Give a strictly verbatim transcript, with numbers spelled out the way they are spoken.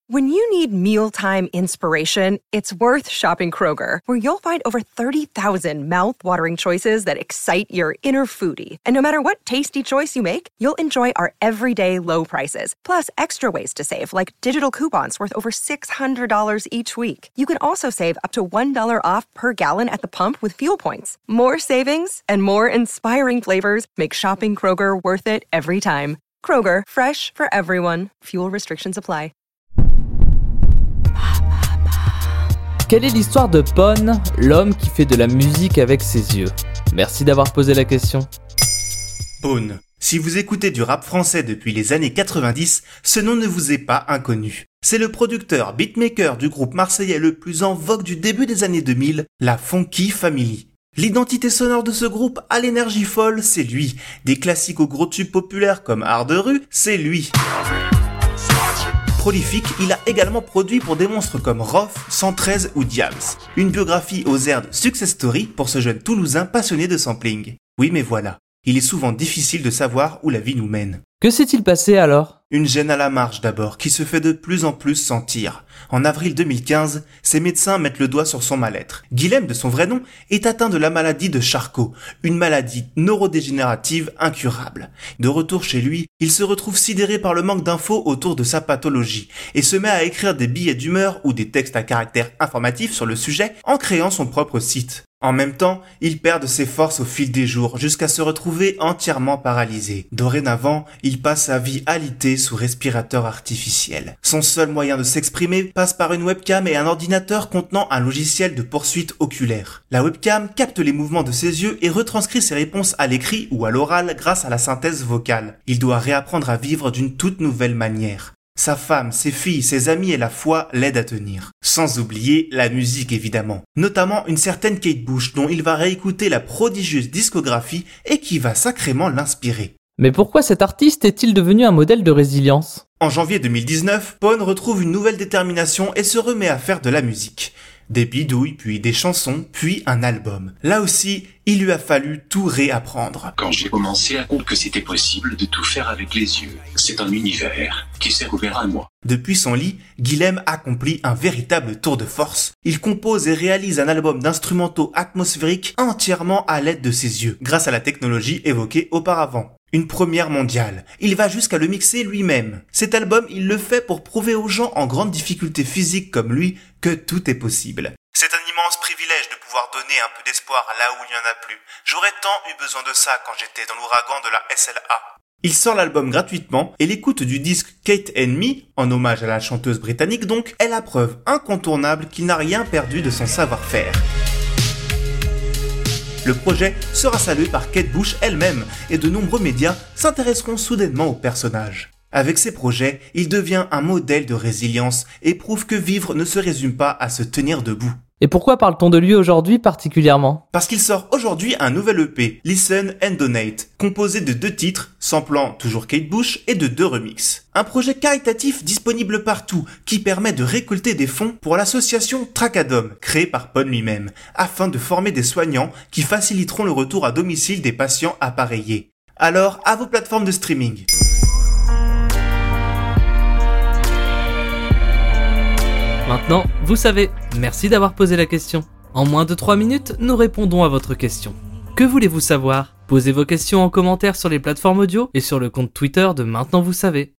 When you need mealtime inspiration, it's worth shopping Kroger, where you'll find over thirty thousand mouth-watering choices that excite your inner foodie. And no matter what tasty choice you make, you'll enjoy our everyday low prices, plus extra ways to save, like digital coupons worth over six hundred dollars each week. You can also save up to one dollar off per gallon at the pump with fuel points. More savings and more inspiring flavors make shopping Kroger worth it every time. Kroger, fresh for everyone. Fuel restrictions apply. Quelle est l'histoire de Pon, l'homme qui fait de la musique avec ses yeux? Merci d'avoir posé la question. Pon. Si vous écoutez du rap français depuis les années quatre-vingt-dix, ce nom ne vous est pas inconnu. C'est le producteur beatmaker du groupe marseillais le plus en vogue du début des années deux mille, la Funky Family. L'identité sonore de ce groupe à l'énergie folle, c'est lui. Des classiques aux gros tubes populaires comme Art de rue, c'est lui. Prolifique, il a également produit pour des monstres comme Rof, cent treize ou Diams. Une biographie aux airs de Success Story pour ce jeune Toulousain passionné de sampling. Oui mais voilà, il est souvent difficile de savoir où la vie nous mène. Que s'est-il passé alors? Une gêne à la marge d'abord, qui se fait de plus en plus sentir. En avril deux mille quinze, ses médecins mettent le doigt sur son mal-être. Guilhem, de son vrai nom, est atteint de la maladie de Charcot, une maladie neurodégénérative incurable. De retour chez lui, il se retrouve sidéré par le manque d'infos autour de sa pathologie, et se met à écrire des billets d'humeur ou des textes à caractère informatif sur le sujet en créant son propre site. En même temps, il perd de ses forces au fil des jours jusqu'à se retrouver entièrement paralysé. Dorénavant, il passe sa vie alité sous respirateur artificiel. Son seul moyen de s'exprimer passe par une webcam et un ordinateur contenant un logiciel de poursuite oculaire. La webcam capte les mouvements de ses yeux et retranscrit ses réponses à l'écrit ou à l'oral grâce à la synthèse vocale. Il doit réapprendre à vivre d'une toute nouvelle manière. Sa femme, ses filles, ses amis et la foi l'aident à tenir. Sans oublier la musique évidemment. Notamment une certaine Kate Bush dont il va réécouter la prodigieuse discographie et qui va sacrément l'inspirer. Mais pourquoi cet artiste est-il devenu un modèle de résilience? En janvier deux mille dix-neuf, Pon retrouve une nouvelle détermination et se remet à faire de la musique. Des bidouilles, puis des chansons, puis un album. Là aussi, il lui a fallu tout réapprendre. Quand j'ai commencé à comprendre que c'était possible de tout faire avec les yeux, c'est un univers qui s'est ouvert à moi. Depuis son lit, Guilhem accomplit un véritable tour de force. Il compose et réalise un album d'instrumentaux atmosphériques entièrement à l'aide de ses yeux, grâce à la technologie évoquée auparavant. Une première mondiale. Il va jusqu'à le mixer lui-même. Cet album, il le fait pour prouver aux gens en grande difficulté physique comme lui que tout est possible. C'est un immense privilège de pouvoir donner un peu d'espoir là où il n'y en a plus. J'aurais tant eu besoin de ça quand j'étais dans l'ouragan de la S L A. Il sort l'album gratuitement et l'écoute du disque Kate and Me, en hommage à la chanteuse britannique donc, est la preuve incontournable qu'il n'a rien perdu de son savoir-faire. Le projet sera salué par Kate Bush elle-même et de nombreux médias s'intéresseront soudainement au personnage. Avec ses projets, il devient un modèle de résilience et prouve que vivre ne se résume pas à se tenir debout. Et pourquoi parle-t-on de lui aujourd'hui particulièrement? Parce qu'il sort aujourd'hui un nouvel E P, Listen and Donate, composé de deux titres, samplant toujours Kate Bush, et de deux remixes. Un projet caritatif disponible partout, qui permet de récolter des fonds pour l'association Tracadom, créée par Pon lui-même, afin de former des soignants qui faciliteront le retour à domicile des patients appareillés. Alors, à vos plateformes de streaming. Maintenant, vous savez, merci d'avoir posé la question. En moins de trois minutes, nous répondons à votre question. Que voulez-vous savoir? Posez vos questions en commentaire sur les plateformes audio et sur le compte Twitter de Maintenant Vous Savez.